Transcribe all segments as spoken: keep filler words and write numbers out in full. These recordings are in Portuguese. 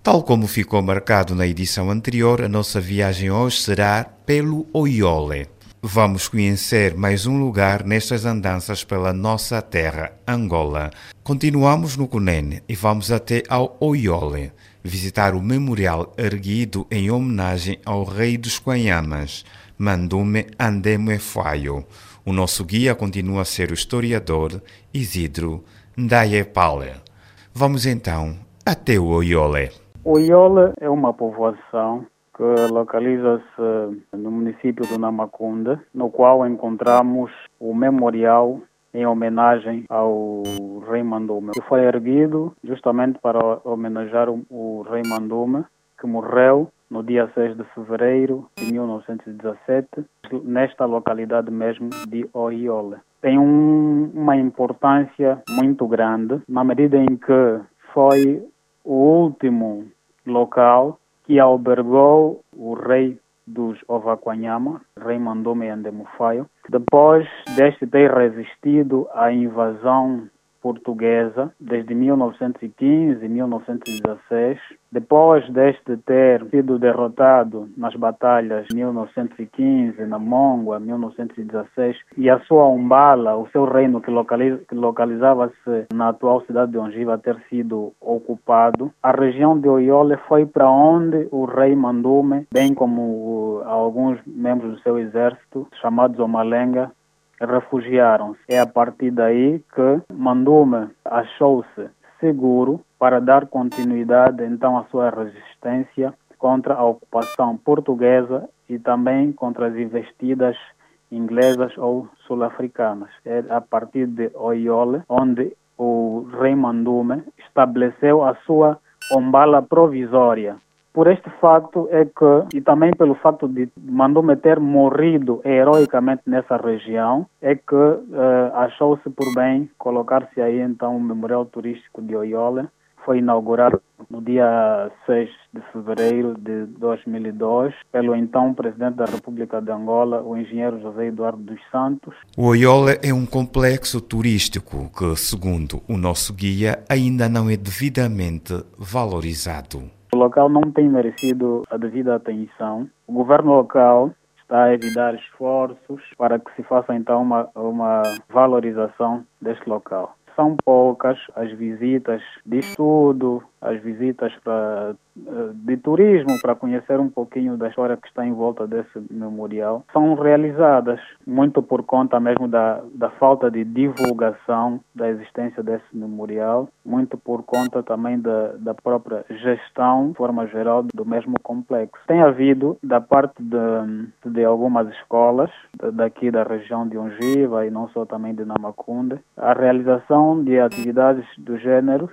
Tal como ficou marcado na edição anterior, a nossa viagem hoje será pelo Oiole. Vamos conhecer mais um lugar nestas andanças pela nossa terra, Angola. Continuamos no Cunene e vamos até ao Oiole, visitar o memorial erguido em homenagem ao rei dos Quanhamas, Mandume Andemo Fayo. O nosso guia continua a ser o historiador Isidro Ndaye Pale. Vamos então até o Oiole. Oiole é uma povoação que localiza-se no município do Namakunda, no qual encontramos o memorial em homenagem ao rei Mandume, que foi erguido justamente para homenagear o, o rei Mandume, que morreu no dia seis de fevereiro de mil novecentos e dezassete, nesta localidade mesmo de Oiole. Tem um, uma importância muito grande, na medida em que foi o último local que albergou o rei dos Ovaquanhama, rei Mandume Andemo Fayo, depois deste ter resistido à invasão portuguesa desde mil novecentos e quinze e mil novecentos e dezasseis, depois deste ter sido derrotado nas batalhas de mil novecentos e quinze, na Mongua, mil novecentos e dezasseis, e a sua Umbala, o seu reino que, localiza, que localizava-se na atual cidade de Ongiva, ter sido ocupado, a região de Oiole foi para onde o rei Mandume, bem como alguns membros do seu exército, chamados Omalenga, refugiaram-se. É a partir daí que Mandume achou-se seguro para dar continuidade então à sua resistência contra a ocupação portuguesa e também contra as investidas inglesas ou sul-africanas. É a partir de Oiole onde o rei Mandume estabeleceu a sua Umbala provisória. Por este facto é que, e também pelo facto de Mandume ter morrido heroicamente nessa região, é que uh, achou-se por bem colocar-se aí então o Memorial Turístico de Oiole. Foi inaugurado no dia seis de fevereiro de dois mil e dois pelo então Presidente da República de Angola, o engenheiro José Eduardo dos Santos. O Oiole é um complexo turístico que, segundo o nosso guia, ainda não é devidamente valorizado. O local não tem merecido a devida atenção. O governo local está a evitar esforços para que se faça então uma, uma valorização deste local. São poucas as visitas de estudo, as visitas para, de turismo, para conhecer um pouquinho da história que está em volta desse memorial. São realizadas muito por conta mesmo da, da falta de divulgação da existência desse memorial, muito por conta também da, da própria gestão, de forma geral, do mesmo complexo. Tem havido, da parte de, de algumas escolas daqui da região de Ongiva e não só também de Namakunda, a realização de atividades do gênero,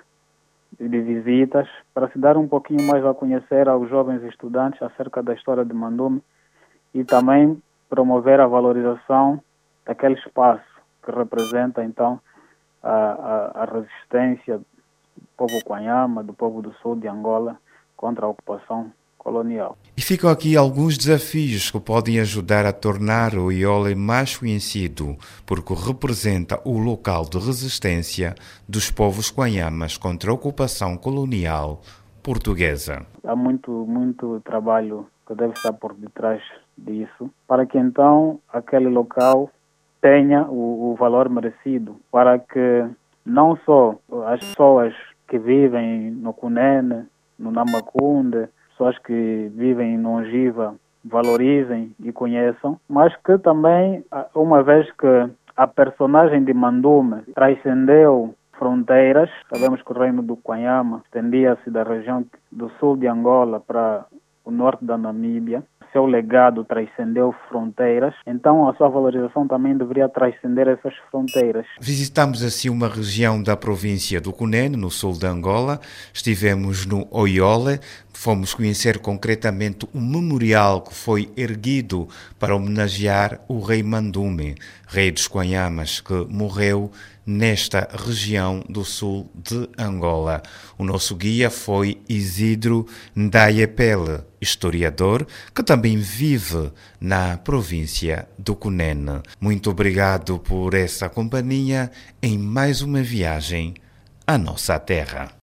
de visitas, para se dar um pouquinho mais a conhecer aos jovens estudantes acerca da história de Mandume e também promover a valorização daquele espaço que representa então a, a, a resistência do povo Quanhama, do povo do sul de Angola contra a ocupação colonial. E ficam aqui alguns desafios que podem ajudar a tornar o Oiole mais conhecido, porque representa o local de resistência dos povos Quanhamas contra a ocupação colonial portuguesa. Há muito, muito trabalho que deve estar por detrás disso, para que então aquele local tenha o, o valor merecido, para que não só as pessoas que vivem no Cunene, no Namakunda, pessoas que vivem em Ongiva valorizem e conheçam, mas que também, uma vez que a personagem de Mandume transcendeu fronteiras, sabemos que o reino do Quanhama estendia-se da região do sul de Angola para o norte da Namíbia, seu legado transcendeu fronteiras, então a sua valorização também deveria transcender essas fronteiras. Visitamos assim uma região da província do Cunene, no sul de Angola. Estivemos no Oiole, fomos conhecer concretamente o memorial que foi erguido para homenagear o rei Mandume, rei dos Quanhamas, que morreu nesta região do sul de Angola. O nosso guia foi Isidro Ndaye Pale, historiador que também vive na província do Cunene. Muito obrigado por essa companhia em mais uma viagem à nossa terra.